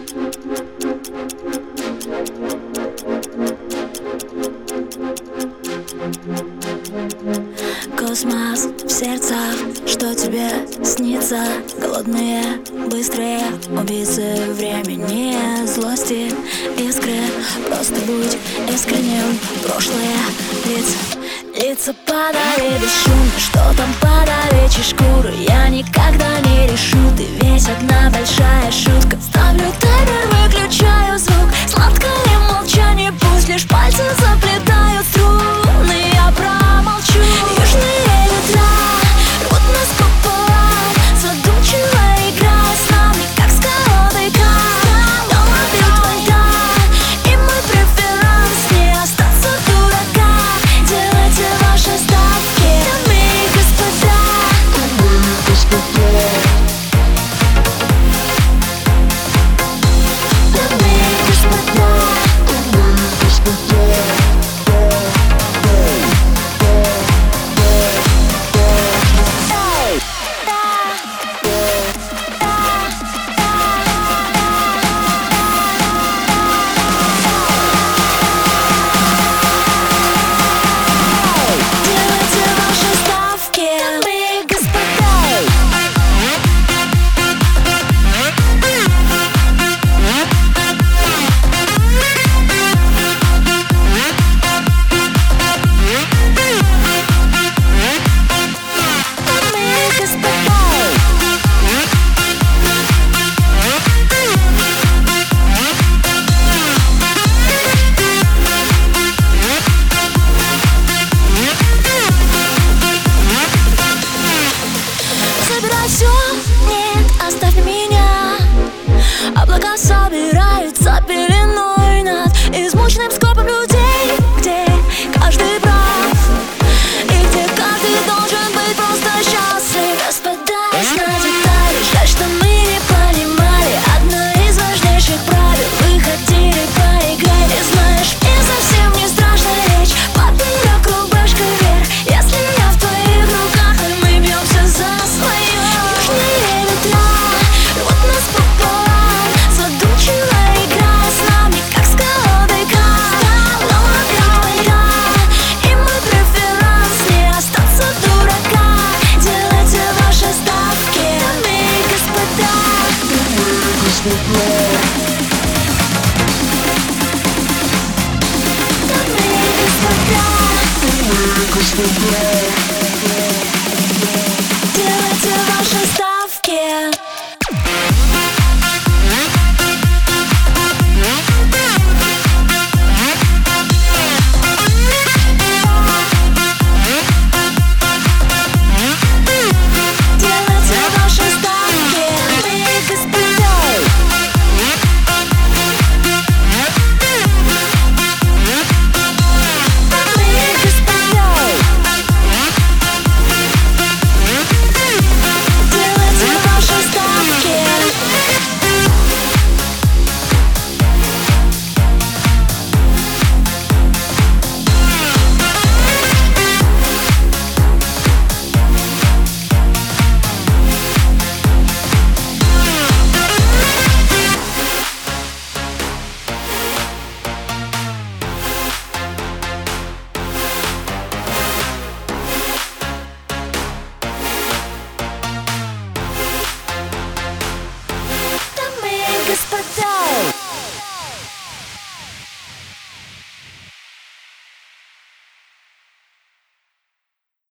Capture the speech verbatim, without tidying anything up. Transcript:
Космос в сердцах, что тебе снится? Голодные, быстрые убийцы времени, злости, искры. Просто будь искренним. Прошлое, лица, лица падали бесшумно. Что там под овечьей шкурой? Я никогда не решу. Ты весь одна большая шутка. Ставлю таймер, выключаю звук. Сладкое молчание, пусть лишь пальцы заплетают струны. Я промолчу. Южные ветра рвут нас пополам. Задумчиво играя с нами, как с колодой карт. Дома бьет вода, и мой преферанс не остаться в дураках. Делайте ваши ставки, дамы и господа. Дамы и господа. Дамы и господа. Дамы и господа. Все, нет, оставь меня. Облака собираются пеленой над измученным скопом людей, где каждый прав и где каждый должен быть просто счастлив. Распадаясь на детали, жаль, что мы не понимали одно из важнейших правил. Вы хотели поиграть, и знаешь, мне совсем не страшно лечь поперек рубашкой вверх, если я в твоих руках, и мы бьемся за свое. Южные ветра рвут нас пополам, задумчиво играя с нами, как с колодой карт. Дома бьет вода, и мой преферанс не остаться в дураках. Делайте ваши ставки, дамы и господа. Дамы и господа. Дамы и господа. Дамы и господа.